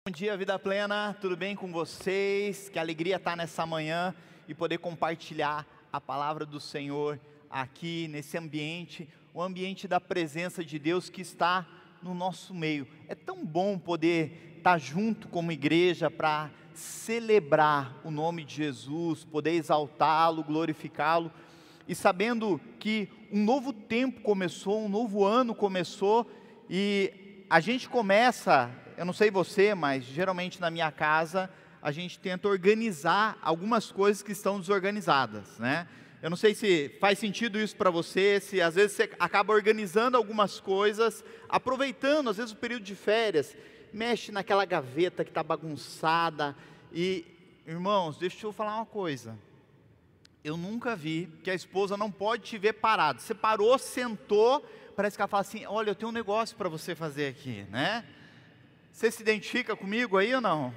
Bom dia, Vida Plena, tudo bem com vocês? Que alegria estar nessa manhã e poder compartilhar a palavra do Senhor aqui nesse ambiente, o ambiente da presença de Deus que está no nosso meio. É tão bom poder estar junto como igreja para celebrar o nome de Jesus, poder exaltá-lo, glorificá-lo e sabendo que um novo tempo começou, um novo ano começou e a gente começa. Eu não sei você, mas geralmente na minha casa a gente tenta organizar algumas coisas que estão desorganizadas, né? Eu não sei se faz sentido isso para você, se às vezes você acaba organizando algumas coisas, aproveitando às vezes o período de férias, mexe naquela gaveta que está bagunçada e, irmãos, deixa eu falar uma coisa. Eu nunca vi que a esposa não pode te ver parado. Você parou, sentou, parece que ela fala assim, olha, eu tenho um negócio para você fazer aqui, né? Você se identifica comigo aí ou não?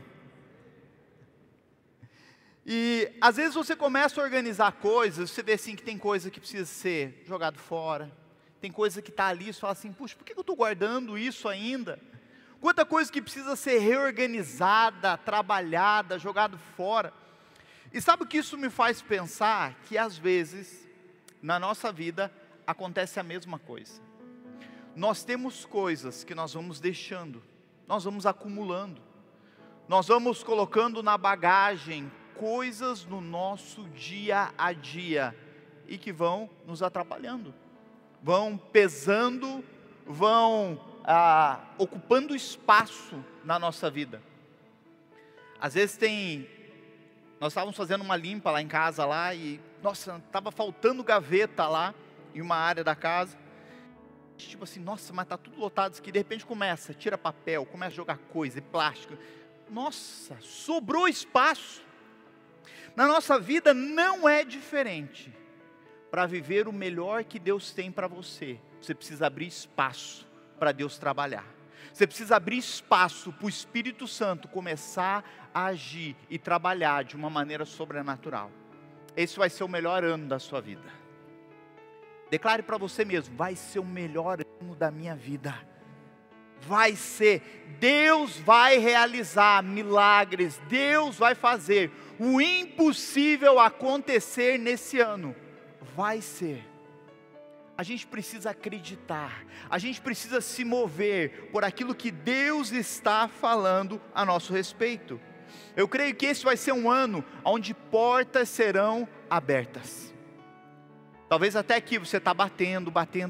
E às vezes você começa a organizar coisas, você vê assim que tem coisa que precisa ser jogado fora, tem coisa que está ali, você fala assim, puxa, por que eu estou guardando isso ainda? Quanta coisa que precisa ser reorganizada, trabalhada, jogado fora. E sabe o que isso me faz pensar? Que às vezes, na nossa vida, acontece a mesma coisa. Nós temos coisas que nós vamos deixando, nós vamos acumulando, nós vamos colocando na bagagem coisas no nosso dia a dia e que vão nos atrapalhando, vão pesando, vão ocupando espaço na nossa vida. Às vezes nós estávamos fazendo uma limpa lá em casa lá e, nossa, estava faltando gaveta lá em uma área da casa. Tipo assim, nossa, mas está tudo lotado isso aqui. De repente tira papel, começa a jogar coisa, plástico. Nossa, sobrou espaço. Na nossa vida não é diferente. Para viver o melhor que Deus tem para você, você precisa abrir espaço para Deus trabalhar. Você precisa abrir espaço para o Espírito Santo começar a agir e trabalhar de uma maneira sobrenatural. Esse vai ser o melhor ano da sua vida. Declare para você mesmo, vai ser o melhor ano da minha vida. Vai ser, Deus vai realizar milagres, Deus vai fazer o impossível acontecer nesse ano. Vai ser. A gente precisa acreditar, a gente precisa se mover por aquilo que Deus está falando a nosso respeito. Eu creio que esse vai ser um ano onde portas serão abertas. Talvez até aqui você está batendo,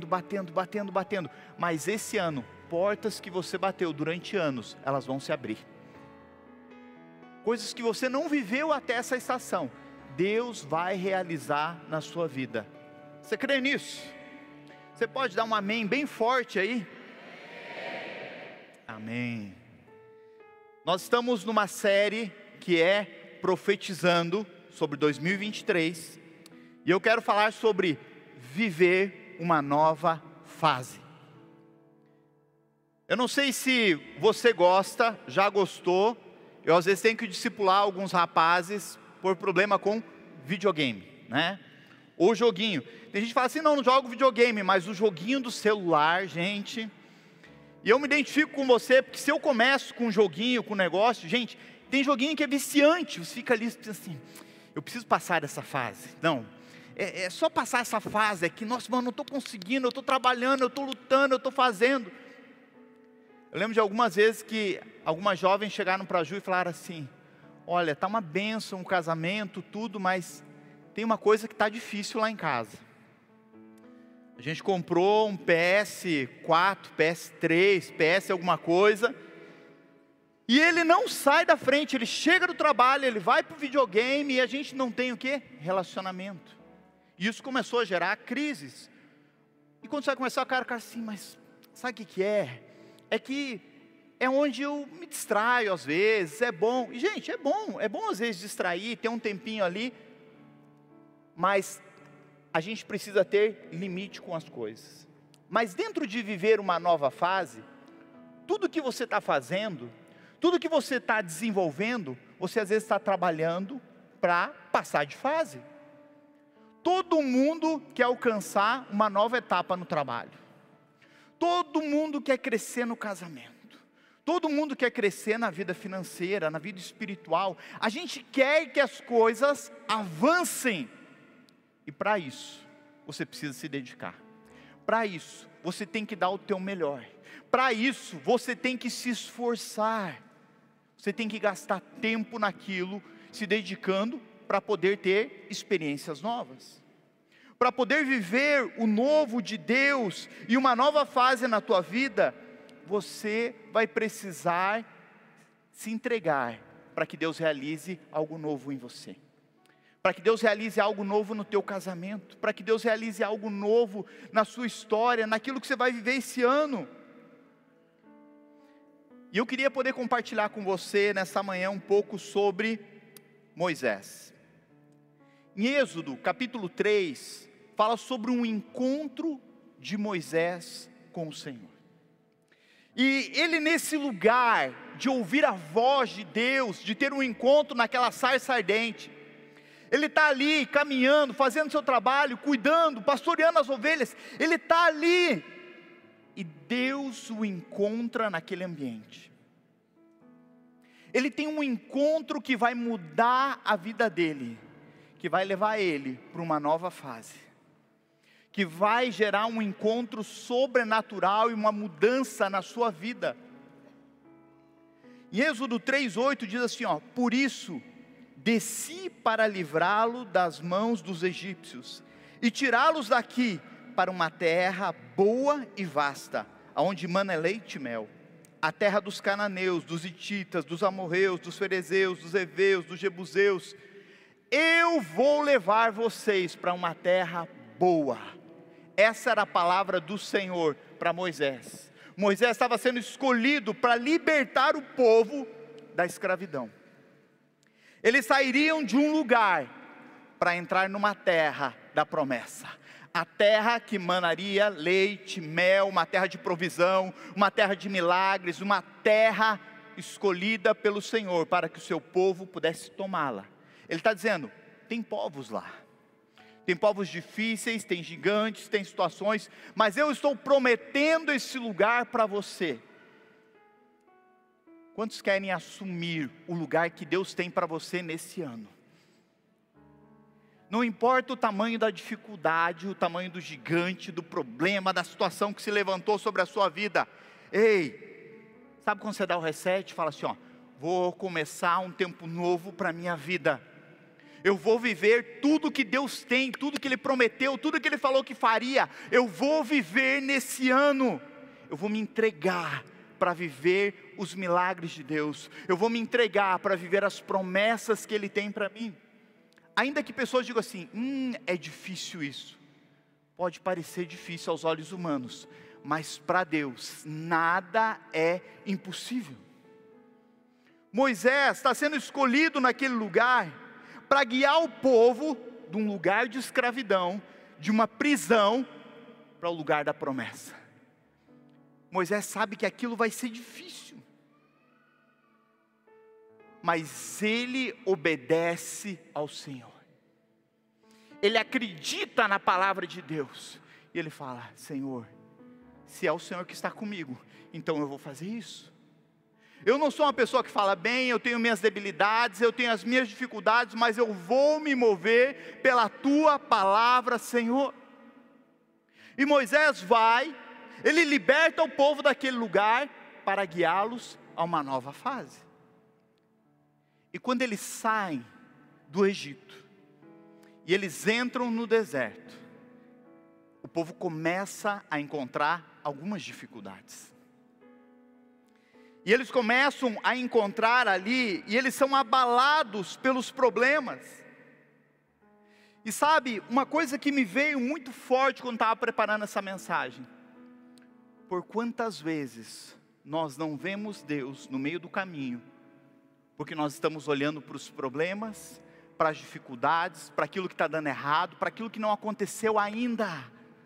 mas esse ano, portas que você bateu durante anos, elas vão se abrir. Coisas que você não viveu até essa estação, Deus vai realizar na sua vida. Você crê nisso? Você pode dar um amém bem forte aí? Amém. Nós estamos numa série que é Profetizando sobre 2023. E eu quero falar sobre viver uma nova fase. Eu não sei se você gosta, já gostou. Eu às vezes tenho que discipular alguns rapazes por problema com videogame, né? Ou joguinho. Tem gente que fala assim, não jogo videogame, mas o joguinho do celular, gente. E eu me identifico com você, porque se eu começo com um joguinho, com um negócio, gente, tem joguinho que é viciante. Você fica ali assim, eu preciso passar dessa fase. Não. É só passar essa fase aqui, nossa, mano, não estou conseguindo, eu estou trabalhando, eu estou lutando, eu estou fazendo. Eu lembro de algumas vezes que algumas jovens chegaram para a Ju e falaram assim, olha, está uma bênção, um casamento, tudo, mas tem uma coisa que está difícil lá em casa. A gente comprou um PS4, PS3, PS alguma coisa, e ele não sai da frente, ele chega do trabalho, ele vai para o videogame e a gente não tem o quê? Relacionamento. E isso começou a gerar crises. E quando você vai começar, o cara assim, mas sabe o que é? É que é onde eu me distraio às vezes, é bom. E gente, é bom às vezes distrair, ter um tempinho ali. Mas a gente precisa ter limite com as coisas. Mas dentro de viver uma nova fase, tudo que você está fazendo, tudo que você está desenvolvendo, você às vezes está trabalhando para passar de fase. Todo mundo quer alcançar uma nova etapa no trabalho. Todo mundo quer crescer no casamento. Todo mundo quer crescer na vida financeira, na vida espiritual. A gente quer que as coisas avancem. E para isso, você precisa se dedicar. Para isso, você tem que dar o teu melhor. Para isso, você tem que se esforçar. Você tem que gastar tempo naquilo, se dedicando para poder ter experiências novas. Para poder viver o novo de Deus e uma nova fase na tua vida, você vai precisar se entregar para que Deus realize algo novo em você. Para que Deus realize algo novo no teu casamento, para que Deus realize algo novo na sua história, naquilo que você vai viver esse ano. E eu queria poder compartilhar com você nessa manhã um pouco sobre Moisés. Em Êxodo capítulo 3, fala sobre um encontro de Moisés com o Senhor. E ele, nesse lugar de ouvir a voz de Deus, de ter um encontro naquela sarça ardente, ele está ali caminhando, fazendo seu trabalho, cuidando, pastoreando as ovelhas, ele está ali, e Deus o encontra naquele ambiente. Ele tem um encontro que vai mudar a vida dele, que vai levar ele para uma nova fase, que vai gerar um encontro sobrenatural e uma mudança na sua vida. Em Êxodo 3:8 diz assim, por isso, desci para livrá-lo das mãos dos egípcios, e tirá-los daqui para uma terra boa e vasta, aonde mana leite e mel, a terra dos cananeus, dos hititas, dos amorreus, dos ferezeus, dos heveus, dos jebuseus. Eu vou levar vocês para uma terra boa. Essa era a palavra do Senhor para Moisés. Moisés estava sendo escolhido para libertar o povo da escravidão. Eles sairiam de um lugar para entrar numa terra da promessa. A terra que manaria leite, mel, uma terra de provisão, uma terra de milagres, uma terra escolhida pelo Senhor para que o seu povo pudesse tomá-la. Ele está dizendo, tem povos lá. Tem povos difíceis, tem gigantes, tem situações, mas eu estou prometendo esse lugar para você. Quantos querem assumir o lugar que Deus tem para você nesse ano? Não importa o tamanho da dificuldade, o tamanho do gigante, do problema, da situação que se levantou sobre a sua vida. Ei, sabe quando você dá o reset e fala assim, vou começar um tempo novo para a minha vida. Eu vou viver tudo que Deus tem, tudo que Ele prometeu, tudo que Ele falou que faria. Eu vou viver nesse ano. Eu vou me entregar para viver os milagres de Deus. Eu vou me entregar para viver as promessas que Ele tem para mim. Ainda que pessoas digam assim, é difícil isso. Pode parecer difícil aos olhos humanos, mas para Deus nada é impossível. Moisés está sendo escolhido naquele lugar para guiar o povo de um lugar de escravidão, de uma prisão, para o lugar da promessa. Moisés sabe que aquilo vai ser difícil, mas ele obedece ao Senhor. Ele acredita na palavra de Deus, e ele fala, Senhor, se é o Senhor que está comigo, então eu vou fazer isso. Eu não sou uma pessoa que fala bem, eu tenho minhas debilidades, eu tenho as minhas dificuldades, mas eu vou me mover pela tua palavra, Senhor. E Moisés vai, ele liberta o povo daquele lugar para guiá-los a uma nova fase. E quando eles saem do Egito e eles entram no deserto, o povo começa a encontrar algumas dificuldades. E eles começam a encontrar ali, e eles são abalados pelos problemas. E sabe, uma coisa que me veio muito forte quando estava preparando essa mensagem. Por quantas vezes nós não vemos Deus no meio do caminho, porque nós estamos olhando para os problemas, para as dificuldades, para aquilo que está dando errado, para aquilo que não aconteceu ainda.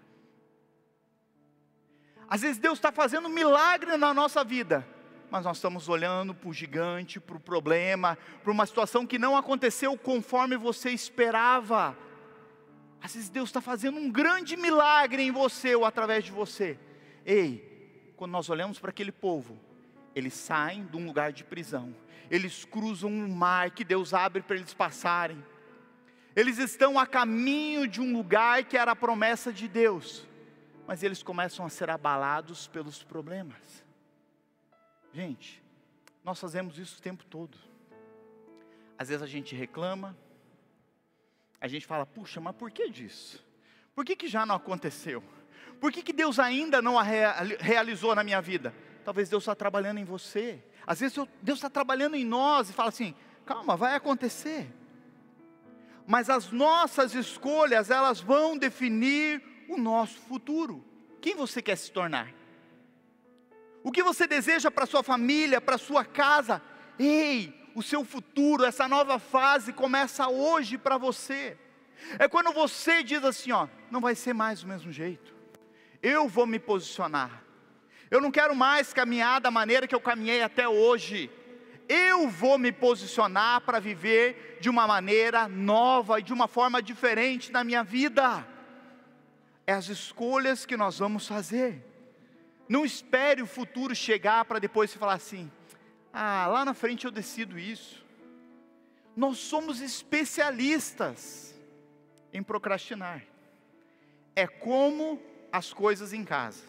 Às vezes Deus está fazendo um milagre na nossa vida, mas nós estamos olhando para o gigante, para o problema, para uma situação que não aconteceu conforme você esperava. Às vezes Deus está fazendo um grande milagre em você ou através de você. Ei, quando nós olhamos para aquele povo, eles saem de um lugar de prisão, eles cruzam um mar que Deus abre para eles passarem, eles estão a caminho de um lugar que era a promessa de Deus, mas eles começam a ser abalados pelos problemas. Gente, nós fazemos isso o tempo todo. Às vezes a gente reclama, a gente fala, puxa, mas por que disso? Por que já não aconteceu? Por que Deus ainda não realizou na minha vida? Talvez Deus está trabalhando em você. Às vezes Deus está trabalhando em nós e fala assim, calma, vai acontecer. Mas as nossas escolhas, elas vão definir o nosso futuro. Quem você quer se tornar? O que você deseja para sua família, para sua casa? Ei, o seu futuro, essa nova fase começa hoje para você. É quando você diz assim, ó, não vai ser mais do mesmo jeito. Eu vou me posicionar. Eu não quero mais caminhar da maneira que eu caminhei até hoje. Eu vou me posicionar para viver de uma maneira nova e de uma forma diferente na minha vida. É as escolhas que nós vamos fazer. Não espere o futuro chegar para depois você falar assim, lá na frente eu decido isso. Nós somos especialistas em procrastinar. É como as coisas em casa.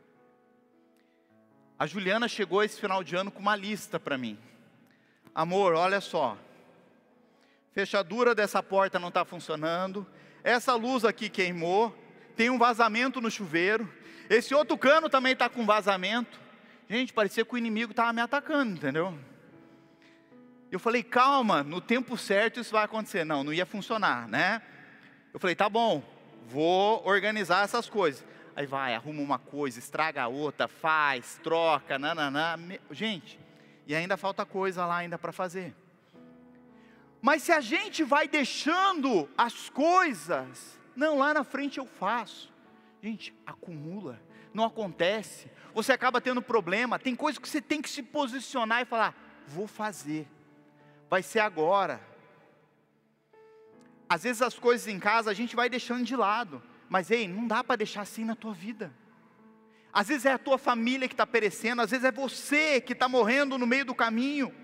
A Juliana chegou esse final de ano com uma lista para mim. Amor, olha só, fechadura dessa porta não está funcionando, essa luz aqui queimou, tem um vazamento no chuveiro, esse outro cano também está com vazamento. Gente, parecia que o inimigo estava me atacando, entendeu? Eu falei, calma, no tempo certo isso vai acontecer. Não ia funcionar, né? Eu falei, tá bom, vou organizar essas coisas. Aí vai, arruma uma coisa, estraga a outra, faz, troca, nananã. Gente, e ainda falta coisa lá ainda para fazer. Mas se a gente vai deixando as coisas, não, lá na frente eu faço. Gente, acumula, não acontece. Você acaba tendo problema, tem coisa que você tem que se posicionar e falar, vou fazer. Vai ser agora. Às vezes as coisas em casa a gente vai deixando de lado. Mas ei, não dá para deixar assim na tua vida. Às vezes é a tua família que está perecendo, às vezes é você que está morrendo no meio do caminho.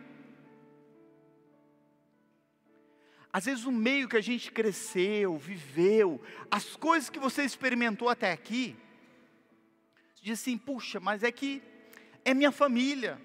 Às vezes o meio que a gente cresceu, viveu, as coisas que você experimentou até aqui, você diz assim, puxa, mas é que é minha família.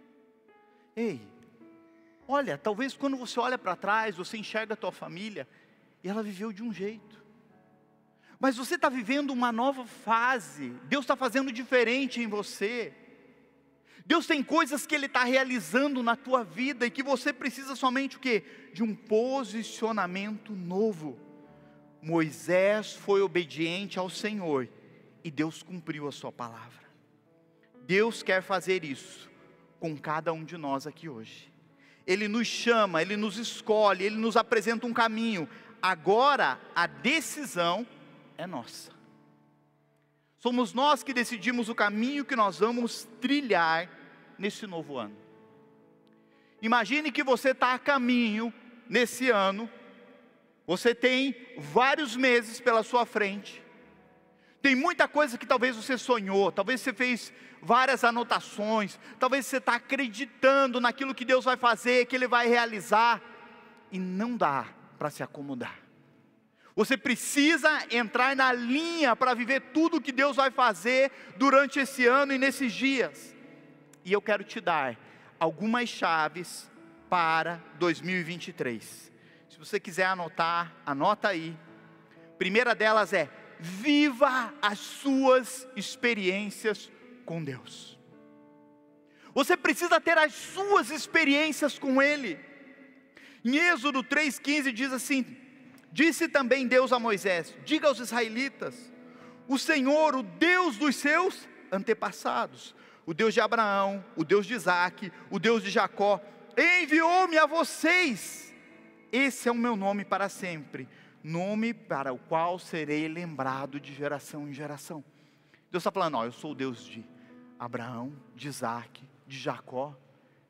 Ei, olha, talvez quando você olha para trás, você enxerga a tua família, e ela viveu de um jeito. Mas você está vivendo uma nova fase, Deus está fazendo diferente em você, Deus tem coisas que Ele está realizando na tua vida, e que você precisa somente o quê? De um posicionamento novo. Moisés foi obediente ao Senhor, e Deus cumpriu a sua palavra. Deus quer fazer isso com cada um de nós aqui hoje. Ele nos chama, Ele nos escolhe, Ele nos apresenta um caminho. Agora a decisão é nossa. Somos nós que decidimos o caminho que nós vamos trilhar nesse novo ano. Imagine que você está a caminho nesse ano, você tem vários meses pela sua frente, tem muita coisa que talvez você sonhou, talvez você fez várias anotações, talvez você está acreditando naquilo que Deus vai fazer, que Ele vai realizar, e não dá para se acomodar. Você precisa entrar na linha para viver tudo o que Deus vai fazer durante esse ano e nesses dias. E eu quero te dar algumas chaves para 2023. Se você quiser anotar, anota aí. Primeira delas é, viva as suas experiências com Deus. Você precisa ter as suas experiências com Ele. Em Êxodo 3,15 diz assim, disse também Deus a Moisés, diga aos israelitas, o Senhor, o Deus dos seus antepassados, o Deus de Abraão, o Deus de Isaque, o Deus de Jacó, enviou-me a vocês. Esse é o meu nome para sempre, nome para o qual serei lembrado de geração em geração. Deus está falando, eu sou o Deus de Abraão, de Isaque, de Jacó.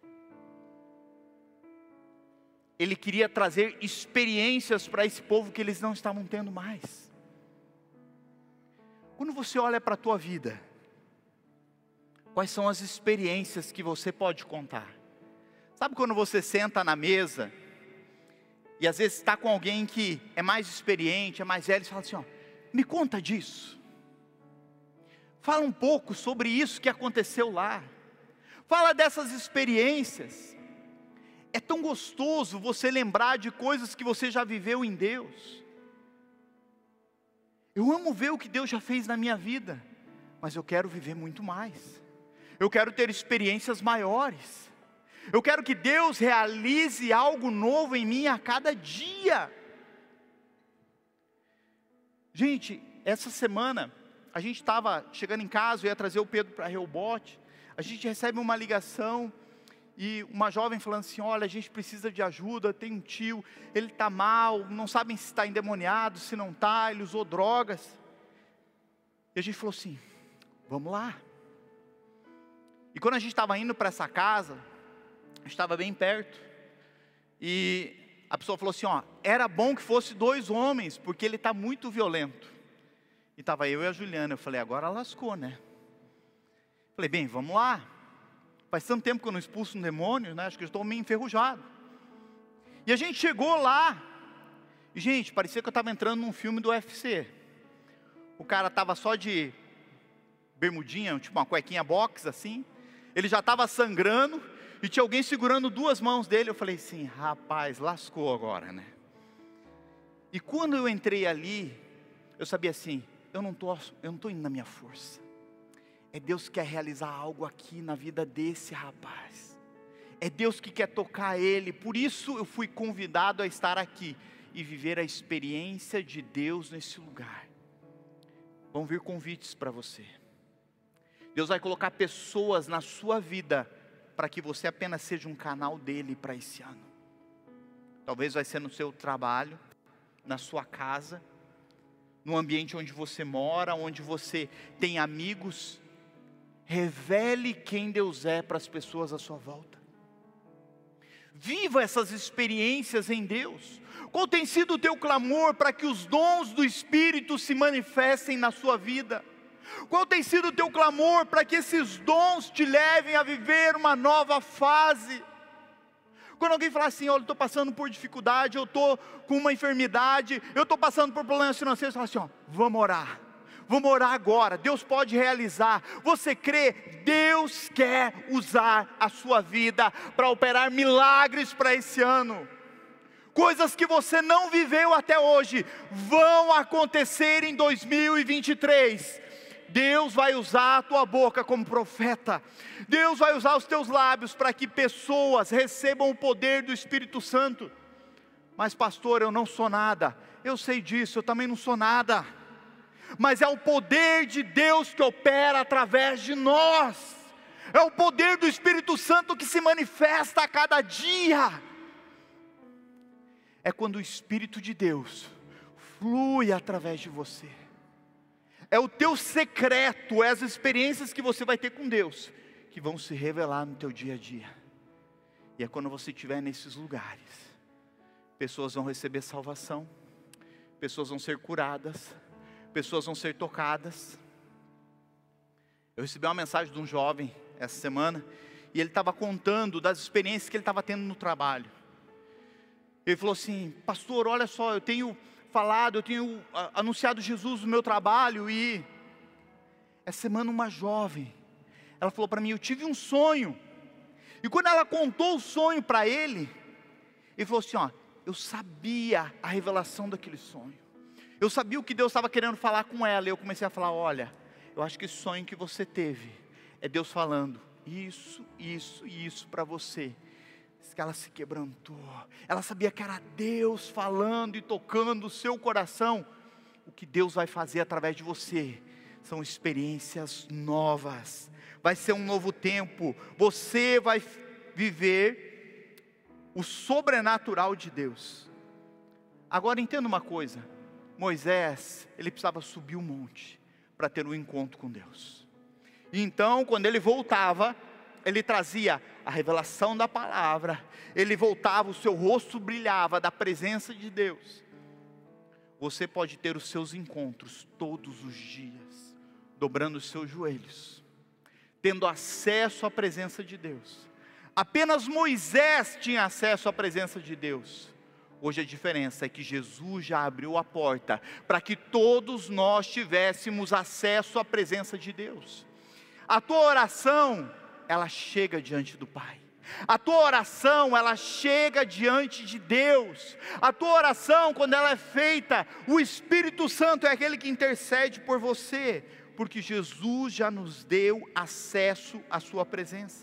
Ele queria trazer experiências para esse povo que eles não estavam tendo mais. Quando você olha para a tua vida, Quais são as experiências que você pode contar? Sabe quando você senta na mesa, e às vezes está com alguém que é mais experiente, é mais velho, e fala assim, ó, me conta disso. Fala um pouco sobre isso que aconteceu lá. Fala dessas experiências. É tão gostoso você lembrar de coisas que você já viveu em Deus. Eu amo ver o que Deus já fez na minha vida, mas eu quero viver muito mais. Eu quero ter experiências maiores. Eu quero que Deus realize algo novo em mim a cada dia. Gente, essa semana, a gente estava chegando em casa, eu ia trazer o Pedro para a Rehoboth. A gente recebe uma ligação, e uma jovem falando assim, olha, a gente precisa de ajuda, tem um tio, ele está mal, não sabem se está endemoniado, se não está, ele usou drogas. E a gente falou assim, vamos lá. E quando a gente estava indo para essa casa, estava bem perto, e a pessoa falou assim, ó, era bom que fosse 2 homens, porque ele está muito violento. E estava eu e a Juliana, eu falei, agora lascou, né? Falei, bem, vamos lá. Faz tanto tempo que eu não expulso um demônio, né? Acho que eu estou meio enferrujado. E a gente chegou lá, e gente, parecia que eu estava entrando num filme do UFC. O cara estava só de bermudinha, tipo uma cuequinha box assim, ele já estava sangrando, e tinha alguém segurando 2 mãos dele. Eu falei assim, rapaz, lascou agora, né? E quando eu entrei ali, eu sabia assim, eu não estou indo na minha força. É Deus que quer realizar algo aqui na vida desse rapaz. É Deus que quer tocar ele. Por isso eu fui convidado a estar aqui e viver a experiência de Deus nesse lugar. Vão vir convites para você. Deus vai colocar pessoas na sua vida para que você apenas seja um canal dele para esse ano. Talvez vai ser no seu trabalho, na sua casa, no ambiente onde você mora, onde você tem amigos. Revele quem Deus é para as pessoas à sua volta. Viva essas experiências em Deus. Qual tem sido o teu clamor para que os dons do Espírito se manifestem na sua vida? Qual tem sido o teu clamor para que esses dons te levem a viver uma nova fase? Quando alguém fala assim, olha, eu estou passando por dificuldade, eu estou com uma enfermidade, eu estou passando por problemas financeiros, fala assim, ó, vamos orar agora, Deus pode realizar. Você crê? Deus quer usar a sua vida para operar milagres para esse ano. Coisas que você não viveu até hoje, vão acontecer em 2023. Deus vai usar a tua boca como profeta. Deus vai usar os teus lábios para que pessoas recebam o poder do Espírito Santo. Mas pastor, eu não sou nada. Eu sei disso, eu também não sou nada. Mas é o poder de Deus que opera através de nós. É o poder do Espírito Santo que se manifesta a cada dia. É quando o Espírito de Deus flui através de você. É o teu secreto, é as experiências que você vai ter com Deus, que vão se revelar no teu dia a dia. E é quando você estiver nesses lugares, pessoas vão receber salvação, pessoas vão ser curadas, pessoas vão ser tocadas. Eu recebi uma mensagem de um jovem essa semana, e ele estava contando das experiências que ele estava tendo no trabalho. Ele falou assim, pastor, olha só, eu tenho anunciado Jesus no meu trabalho, e essa semana uma jovem, ela falou para mim, eu tive um sonho, e quando ela contou o sonho para ele, ele falou assim, ó, eu sabia a revelação daquele sonho, eu sabia o que Deus estava querendo falar com ela, e eu comecei a falar, olha, eu acho que esse sonho que você teve, é Deus falando, isso para você. Que ela se quebrantou, ela sabia que era Deus falando e tocando o seu coração. O que Deus vai fazer através de você, são experiências novas, vai ser um novo tempo, você vai viver o sobrenatural de Deus. Agora entenda uma coisa, Moisés, ele precisava subir um monte, para ter um encontro com Deus, e então quando ele voltava, ele trazia a revelação da palavra, ele voltava, o seu rosto brilhava da presença de Deus. Você pode ter os seus encontros todos os dias, dobrando os seus joelhos, tendo acesso à presença de Deus. Apenas Moisés tinha acesso à presença de Deus. Hoje a diferença é que Jesus já abriu a porta para que todos nós tivéssemos acesso à presença de Deus. A tua oração, ela chega diante do Pai. A tua oração, ela chega diante de Deus. A tua oração, quando ela é feita, o Espírito Santo é aquele que intercede por você, porque Jesus já nos deu acesso à sua presença.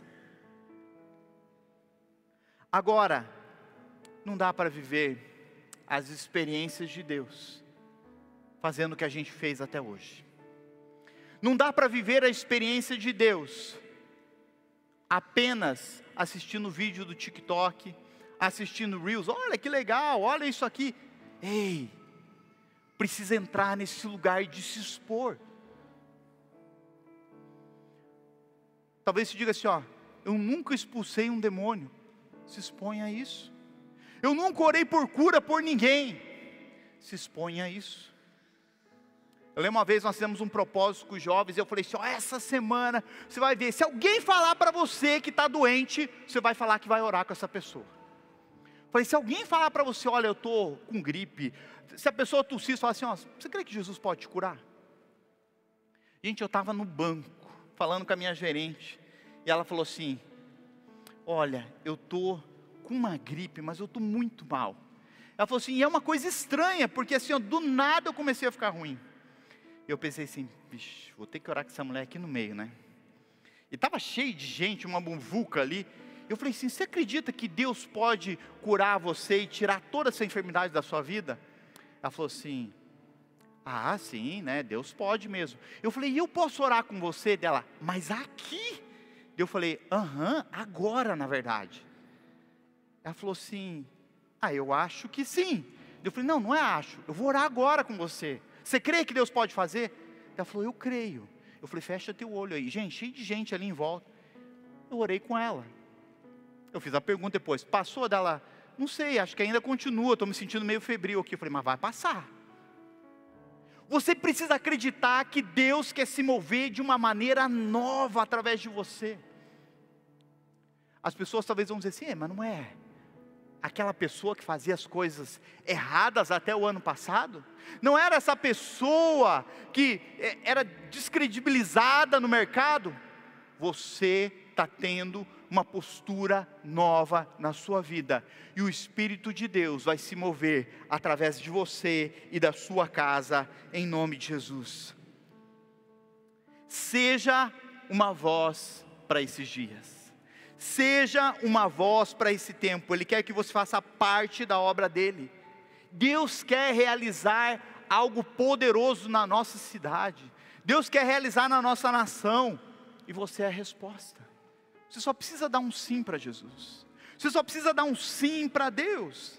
Agora, não dá para viver as experiências de Deus fazendo o que a gente fez até hoje. Não dá para viver a experiência de Deus apenas assistindo vídeo do TikTok, assistindo Reels. Olha que legal, olha isso aqui. Ei, precisa entrar nesse lugar de se expor. Talvez se diga assim, ó, eu nunca expulsei um demônio. Se exponha a isso. Eu nunca orei por cura por ninguém. Se exponha a isso. Eu lembro uma vez nós fizemos um propósito com os jovens, e eu falei assim, ó, essa semana você vai ver, se alguém falar para você que está doente, você vai falar que vai orar com essa pessoa. Eu falei, se alguém falar para você, olha, eu estou com gripe, se a pessoa tossir, você fala assim, ó, você crê que Jesus pode te curar? Gente, eu estava no banco, falando com a minha gerente, e ela falou assim, olha, eu estou com uma gripe, mas eu estou muito mal. Ela falou assim, e é uma coisa estranha, porque assim, ó, do nada eu comecei a ficar ruim. Eu pensei assim, vixe, vou ter que orar com essa mulher aqui no meio, né? E estava cheio de gente, uma muvuca ali. Eu falei assim, você acredita que Deus pode curar você e tirar toda essa enfermidade da sua vida? Ela falou assim, ah, sim, né? Deus pode mesmo. Eu falei, e eu posso orar com você? Dela, mas aqui? Eu falei, agora na verdade. Ela falou assim, eu acho que sim. Eu falei, não, não é acho, eu vou orar agora com você. Você crê que Deus pode fazer? Ela falou, eu creio. Eu falei, fecha teu olho aí. Gente, cheio de gente ali em volta. Eu orei com ela. Eu fiz a pergunta depois, passou dela? Não sei, acho que ainda continua, estou me sentindo meio febril aqui. Eu falei, mas vai passar. Você precisa acreditar que Deus quer se mover de uma maneira nova através de você. As pessoas talvez vão dizer assim, mas não é aquela pessoa que fazia as coisas erradas até o ano passado? Não era essa pessoa que era descredibilizada no mercado? Você está tendo uma postura nova na sua vida, e o Espírito de Deus vai se mover através de você e da sua casa, em nome de Jesus. Seja uma voz para esses dias. Seja uma voz para esse tempo. Ele quer que você faça parte da obra dele. Deus quer realizar algo poderoso na nossa cidade. Deus quer realizar na nossa nação. E você é a resposta. Você só precisa dar um sim para Jesus. Você só precisa dar um sim para Deus.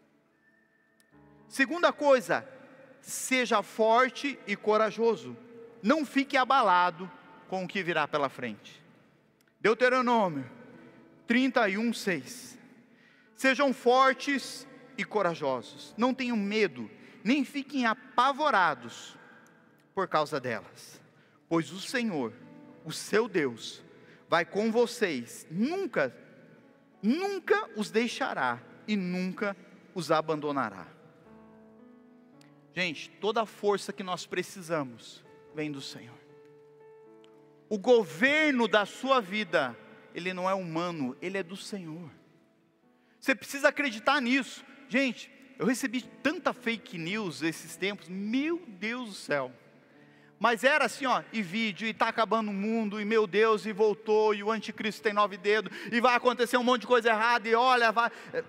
Segunda coisa, seja forte e corajoso. Não fique abalado com o que virá pela frente. Deuteronômio 31:6. Sejam fortes e corajosos, não tenham medo, nem fiquem apavorados por causa delas, pois o Senhor, o seu Deus, vai com vocês, nunca os deixará e nunca os abandonará. Gente, toda a força que nós precisamos vem do Senhor. O governo da sua vida, ele não é humano, ele é do Senhor. Você precisa acreditar nisso. Gente, eu recebi tanta fake news esses tempos, meu Deus do céu. Mas era assim, ó, e vídeo, e está acabando o mundo, e meu Deus, e voltou, e o anticristo tem 9 dedos, e vai acontecer um monte de coisa errada, e olha, vai. Eu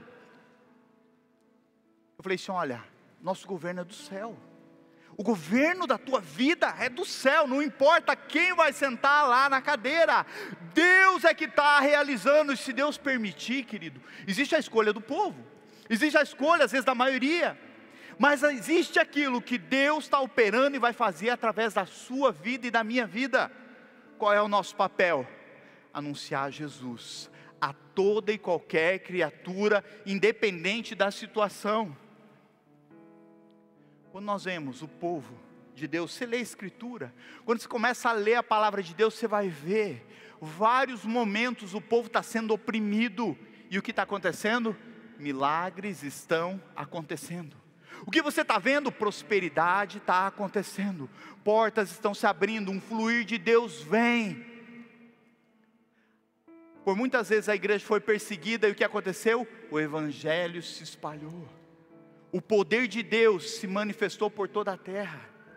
falei assim, olha, nosso governo é do céu. O governo da tua vida é do céu, não importa quem vai sentar lá na cadeira, Deus é que está realizando, e se Deus permitir, querido, existe a escolha do povo, existe a escolha às vezes da maioria, mas existe aquilo que Deus está operando e vai fazer através da sua vida e da minha vida. Qual é o nosso papel? Anunciar Jesus a toda e qualquer criatura, independente da situação. Quando nós vemos o povo de Deus, você lê a Escritura, quando você começa a ler a palavra de Deus, você vai ver, vários momentos o povo está sendo oprimido, e o que está acontecendo? Milagres estão acontecendo. O que você está vendo? Prosperidade está acontecendo, portas estão se abrindo, um fluir de Deus vem. Por muitas vezes a igreja foi perseguida, e o que aconteceu? O evangelho se espalhou, o poder de Deus se manifestou por toda a terra.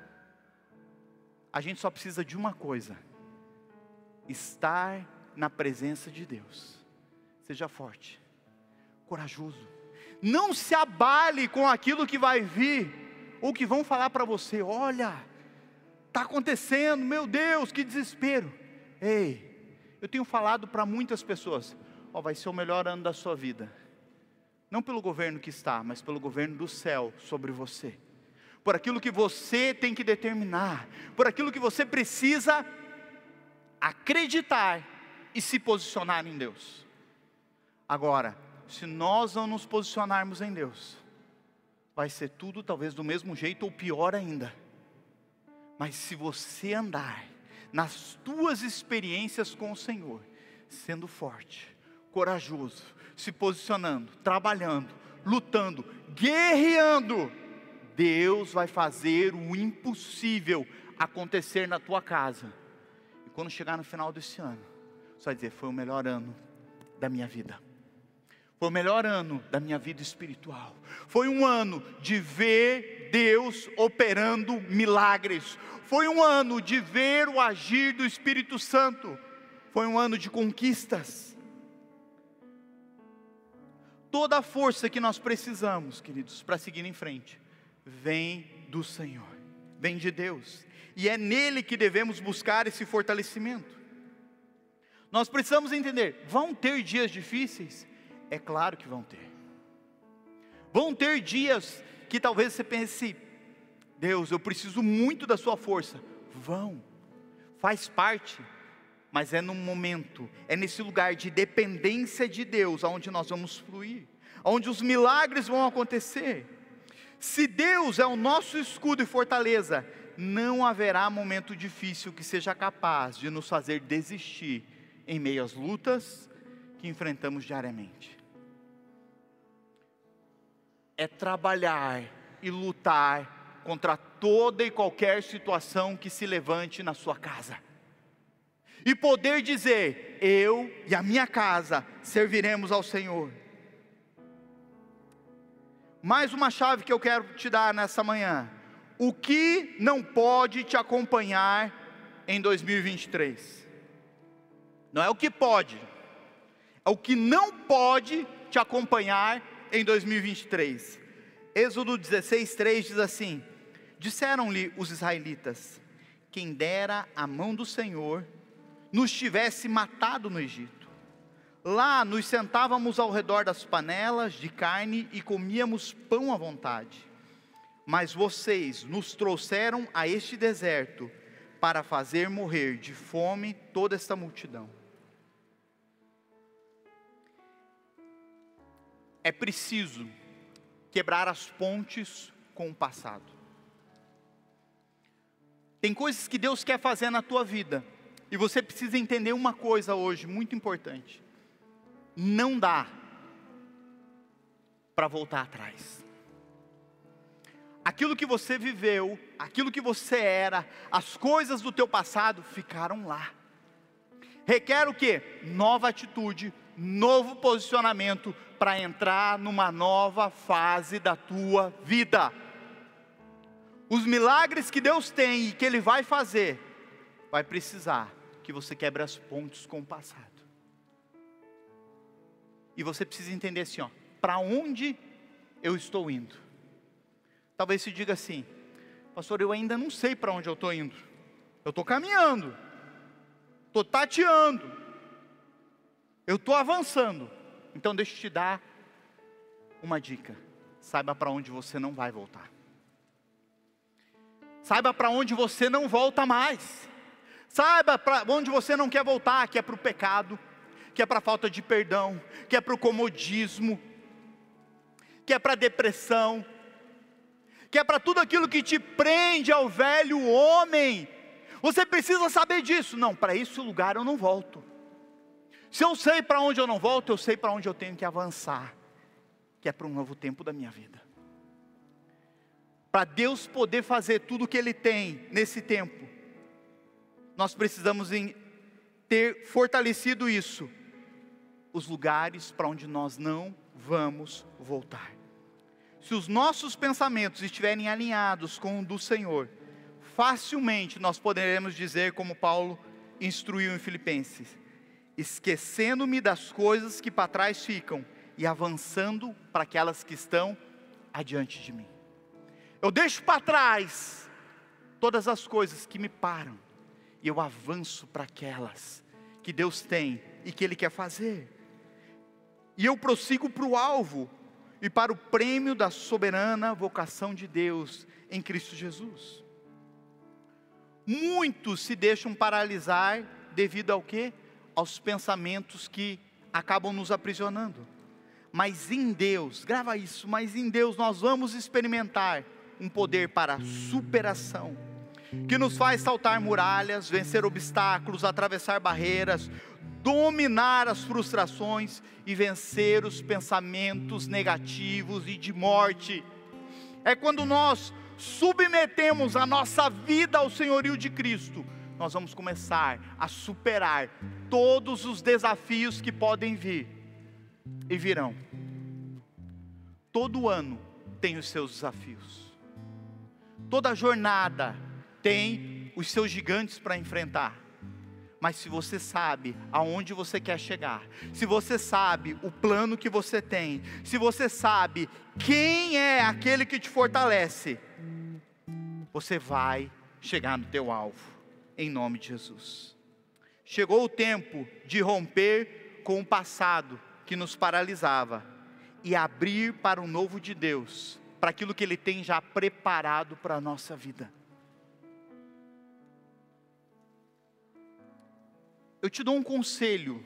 A gente só precisa de uma coisa: estar na presença de Deus. Seja forte, corajoso, não se abale com aquilo que vai vir, ou que vão falar para você: olha, está acontecendo, meu Deus, que desespero. Ei, eu tenho falado para muitas pessoas: vai ser o melhor ano da sua vida, não pelo governo que está, mas pelo governo do céu sobre você, por aquilo que você tem que determinar, por aquilo que você precisa acreditar e se posicionar em Deus. Agora, se nós não nos posicionarmos em Deus, vai ser tudo talvez do mesmo jeito ou pior ainda. Mas se você andar nas tuas experiências com o Senhor, sendo forte, corajoso, se posicionando, trabalhando, lutando, guerreando, Deus vai fazer o impossível acontecer na tua casa. E quando chegar no final desse ano, você vai dizer: foi o melhor ano da minha vida, foi o melhor ano da minha vida espiritual, foi um ano de ver Deus operando milagres, foi um ano de ver o agir do Espírito Santo, foi um ano de conquistas. Toda a força que nós precisamos, queridos, para seguir em frente, vem do Senhor, vem de Deus, e é nele que devemos buscar esse fortalecimento. Nós precisamos entender: vão ter dias difíceis? É claro que vão ter. Vão ter dias que talvez você pense: Deus, eu preciso muito da sua força. Vão, faz parte, mas é num momento, é nesse lugar de dependência de Deus, onde nós vamos fluir, onde os milagres vão acontecer. Se Deus é o nosso escudo e fortaleza, não haverá momento difícil que seja capaz de nos fazer desistir em meio às lutas que enfrentamos diariamente. É trabalhar e lutar contra toda e qualquer situação que se levante na sua casa, e poder dizer: eu e a minha casa serviremos ao Senhor. Mais uma chave que eu quero te dar nessa manhã: o que não pode te acompanhar em 2023? Não é o que pode, é o que não pode te acompanhar em 2023. Êxodo 16:3 diz assim: disseram-lhe os israelitas: quem dera a mão do Senhor nos tivesse matado no Egito. Lá nos sentávamos ao redor das panelas de carne e comíamos pão à vontade. Mas vocês nos trouxeram a este deserto para fazer morrer de fome toda esta multidão. É preciso quebrar as pontes com o passado. Tem coisas que Deus quer fazer na tua vida, e você precisa entender uma coisa hoje, muito importante: não dá para voltar atrás. Aquilo que você viveu, aquilo que você era, as coisas do teu passado ficaram lá. Requer o quê? Nova atitude, novo posicionamento, para entrar numa nova fase da tua vida. Os milagres que Deus tem e que Ele vai fazer, vai precisar que você quebre as pontes com o passado. E você precisa entender assim, para onde eu estou indo? Talvez se diga assim: pastor, eu ainda não sei para onde eu estou indo. Eu estou caminhando, estou tateando, eu estou avançando. Então deixa eu te dar uma dica: saiba para onde você não vai voltar. Saiba para onde você não volta mais. Saiba para onde você não quer voltar, que é para o pecado, que é para a falta de perdão, que é para o comodismo, que é para a depressão, que quebra tudo aquilo que te prende ao velho homem. Você precisa saber disso. Não, para esse lugar eu não volto. Se eu sei para onde eu não volto, eu sei para onde eu tenho que avançar, que é para um novo tempo da minha vida. Para Deus poder fazer tudo o que Ele tem nesse tempo, nós precisamos ter fortalecido isso, os lugares para onde nós não vamos voltar. Se os nossos pensamentos estiverem alinhados com o do Senhor, facilmente nós poderemos dizer, como Paulo instruiu em Filipenses: esquecendo-me das coisas que para trás ficam e avançando para aquelas que estão adiante de mim. Eu deixo para trás todas as coisas que me param e eu avanço para aquelas que Deus tem e que Ele quer fazer. E eu prossigo para o alvo e para o prêmio da soberana vocação de Deus em Cristo Jesus. Muitos se deixam paralisar devido ao quê? Aos pensamentos que acabam nos aprisionando. Mas em Deus, grava isso, mas em Deus nós vamos experimentar um poder para superação, que nos faz saltar muralhas, vencer obstáculos, atravessar barreiras, dominar as frustrações e vencer os pensamentos negativos e de morte. É quando nós submetemos a nossa vida ao senhorio de Cristo, nós vamos começar a superar todos os desafios que podem vir e virão. Todo ano tem os seus desafios. Toda jornada tem os seus gigantes para enfrentar. Mas se você sabe aonde você quer chegar, se você sabe o plano que você tem, se você sabe quem é aquele que te fortalece, você vai chegar no teu alvo, em nome de Jesus. Chegou o tempo de romper com o passado que nos paralisava e abrir para o novo de Deus, para aquilo que Ele tem já preparado para a nossa vida. Eu te dou um conselho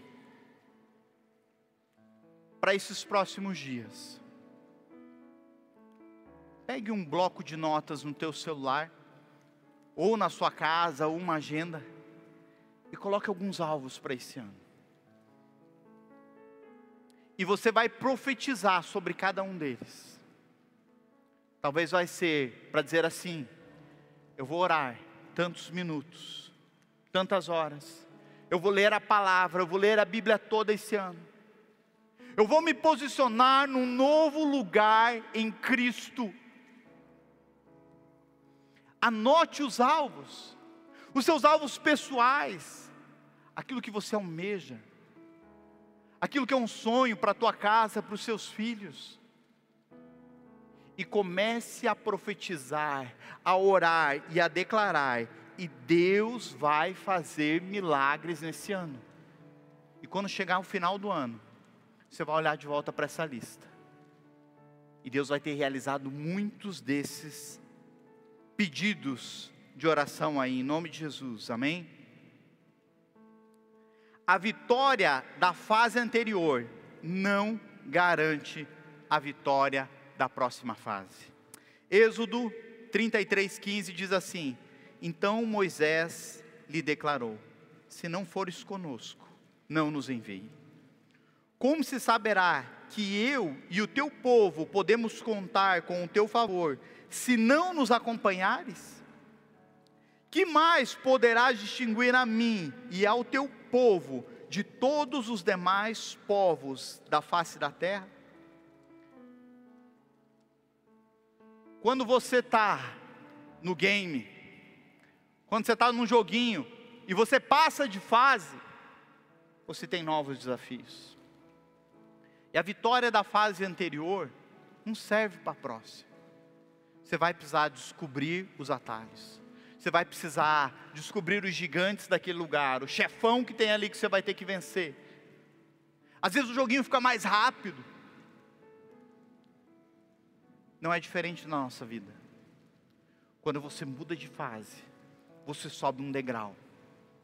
para esses próximos dias. Pegue um bloco de notas no teu celular, ou na sua casa, ou uma agenda, e coloque alguns alvos para esse ano. E você vai profetizar sobre cada um deles. Talvez vai ser para dizer assim: eu vou orar tantos minutos, tantas horas, eu vou ler a palavra, eu vou ler a Bíblia toda esse ano, eu vou me posicionar num novo lugar em Cristo. Anote os alvos, os seus alvos pessoais, aquilo que você almeja, aquilo que é um sonho para a tua casa, para os seus filhos. E comece a profetizar, a orar e a declarar, e Deus vai fazer milagres nesse ano. E quando chegar o final do ano, você vai olhar de volta para essa lista, e Deus vai ter realizado muitos desses pedidos de oração aí, em nome de Jesus, amém? A vitória da fase anterior não garante a vitória da próxima fase. Êxodo 33:15 diz assim: então Moisés lhe declarou: se não fores conosco, não nos envie. Como se saberá que eu e o teu povo podemos contar com o teu favor, se não nos acompanhares? Que mais poderás distinguir a mim e ao teu povo de todos os demais povos da face da terra? Quando você está no game, quando você está num joguinho e você passa de fase, você tem novos desafios. E a vitória da fase anterior não serve para a próxima. Você vai precisar descobrir os atalhos. Você vai precisar descobrir os gigantes daquele lugar, o chefão que tem ali que você vai ter que vencer. Às vezes o joguinho fica mais rápido. Não é diferente na nossa vida. Quando você muda de fase, você sobe um degrau.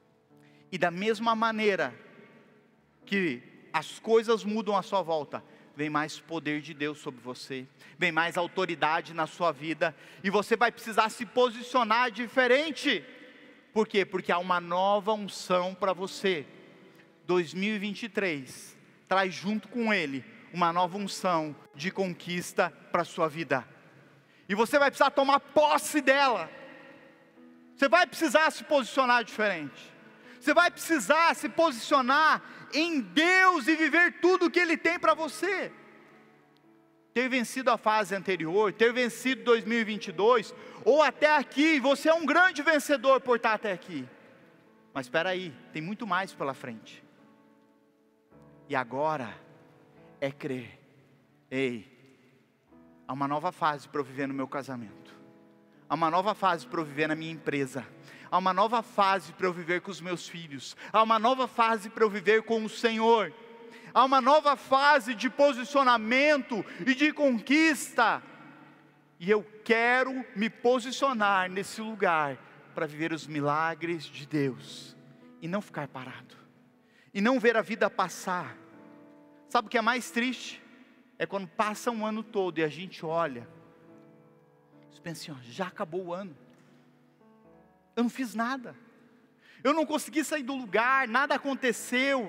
E da mesma maneira que as coisas mudam à sua volta, vem mais poder de Deus sobre você, vem mais autoridade na sua vida, e você vai precisar se posicionar diferente. Por quê? Porque há uma nova unção para você. 2023 traz junto com ele uma nova unção de conquista para a sua vida, e você vai precisar tomar posse dela. Você vai precisar se posicionar diferente, você vai precisar se posicionar em Deus e viver tudo o que Ele tem para você. Ter vencido a fase anterior, ter vencido 2022, ou até aqui, você é um grande vencedor por estar até aqui. Mas espera aí, tem muito mais pela frente. E agora é crer. Ei, há uma nova fase para eu viver no meu casamento, há uma nova fase para eu viver na minha empresa, há uma nova fase para eu viver com os meus filhos, há uma nova fase para eu viver com o Senhor, há uma nova fase de posicionamento e de conquista, e eu quero me posicionar nesse lugar para viver os milagres de Deus, e não ficar parado, e não ver a vida passar. Sabe o que é mais triste? É quando passa um ano todo e a gente olha, você pensa assim, ó, já acabou o ano, eu não fiz nada, eu não consegui sair do lugar, nada aconteceu.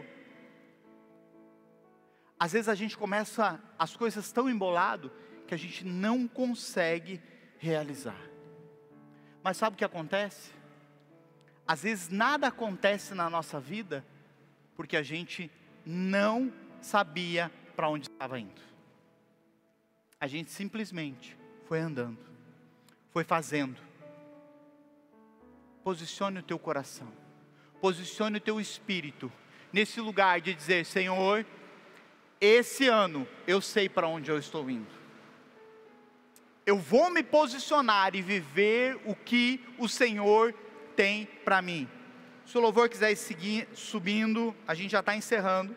Às vezes a gente começa as coisas tão embolado que a gente não consegue realizar. Mas sabe o que acontece? Às vezes nada acontece na nossa vida porque a gente não sabia para onde estava indo. A gente simplesmente foi andando, foi fazendo. Posicione o teu coração, posicione o teu espírito nesse lugar de dizer, Senhor, esse ano eu sei para onde eu estou indo. Eu vou me posicionar e viver o que o Senhor tem para mim. Se o louvor quiser seguir subindo, a gente já está encerrando.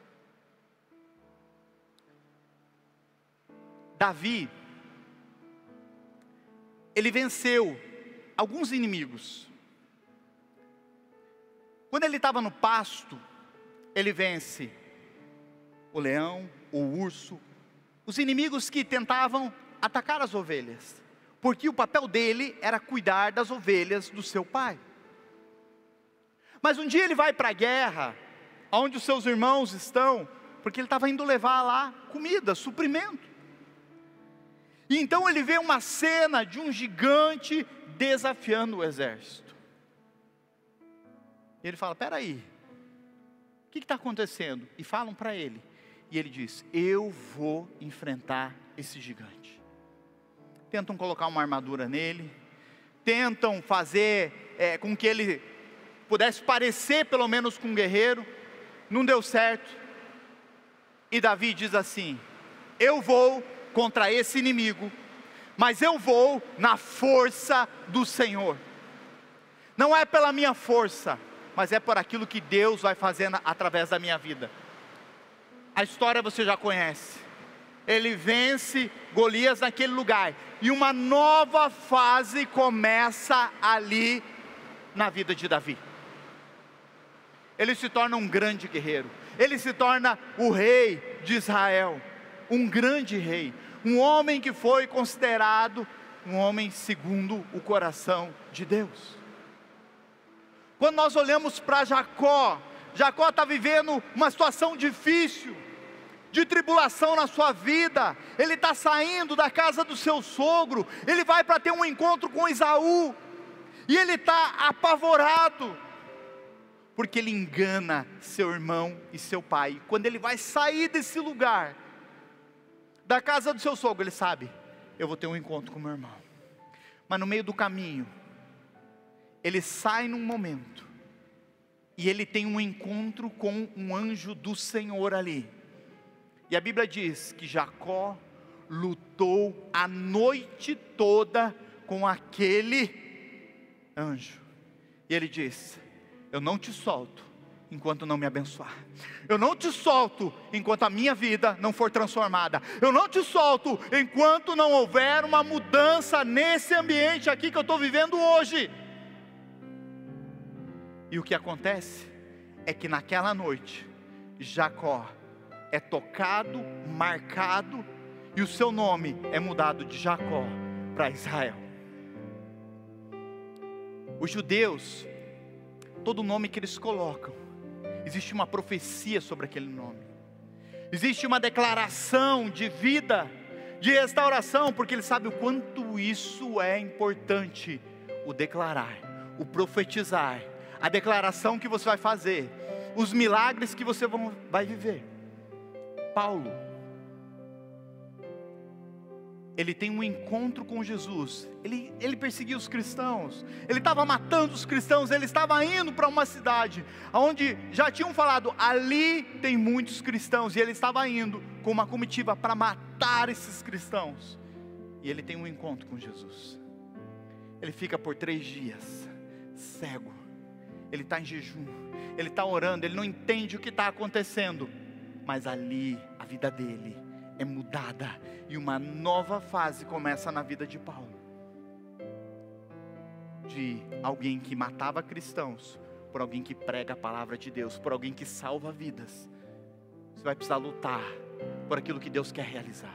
Davi, ele venceu alguns inimigos. Quando ele estava no pasto, ele vence o leão, o urso, os inimigos que tentavam atacar as ovelhas, porque o papel dele era cuidar das ovelhas do seu pai. Mas um dia ele vai para a guerra, onde os seus irmãos estão, porque ele estava indo levar lá comida, suprimento. E então ele vê uma cena de um gigante desafiando o exército. E ele fala, espera aí, o que está acontecendo? E falam para ele. E ele diz, eu vou enfrentar esse gigante. Tentam colocar uma armadura nele, tentam fazer com que ele pudesse parecer pelo menos com um guerreiro. Não deu certo. E Davi diz assim, eu vou contra esse inimigo, mas eu vou na força do Senhor. Não é pela minha força, mas é por aquilo que Deus vai fazendo através da minha vida. A história você já conhece. Ele vence Golias naquele lugar, e uma nova fase começa ali na vida de Davi. Ele se torna um grande guerreiro, ele se torna o rei de Israel, um grande rei, um homem que foi considerado um homem segundo o coração de Deus. Quando nós olhamos para Jacó, Jacó está vivendo uma situação difícil, de tribulação na sua vida. Ele está saindo da casa do seu sogro, ele vai para ter um encontro com Esaú, e ele está apavorado, porque ele engana seu irmão e seu pai. Quando ele vai sair desse lugar, da casa do seu sogro, ele sabe, eu vou ter um encontro com meu irmão. Mas no meio do caminho, ele sai num momento, e ele tem um encontro com um anjo do Senhor ali. E a Bíblia diz que Jacó lutou a noite toda com aquele anjo. E ele diz, eu não te solto enquanto não me abençoar. Eu não te solto enquanto a minha vida não for transformada. Eu não te solto enquanto não houver uma mudança nesse ambiente aqui que eu estou vivendo hoje. E o que acontece é que naquela noite, Jacó é tocado, marcado, e o seu nome é mudado de Jacó para Israel. Os judeus, todo nome que eles colocam, existe uma profecia sobre aquele nome, existe uma declaração de vida, de restauração, porque eles sabem o quanto isso é importante, o declarar, o profetizar, a declaração que você vai fazer, os milagres que você vai viver. Paulo, ele tem um encontro com Jesus, ele perseguia os cristãos, ele estava matando os cristãos, ele estava indo para uma cidade, onde já tinham falado, ali tem muitos cristãos, e ele estava indo com uma comitiva para matar esses cristãos, e ele tem um encontro com Jesus, ele fica por 3 dias, cego, ele está em jejum, ele está orando, ele não entende o que está acontecendo, mas ali a vida dele é mudada, e uma nova fase começa na vida de Paulo, de alguém que matava cristãos, por alguém que prega a palavra de Deus, por alguém que salva vidas. Você vai precisar lutar por aquilo que Deus quer realizar.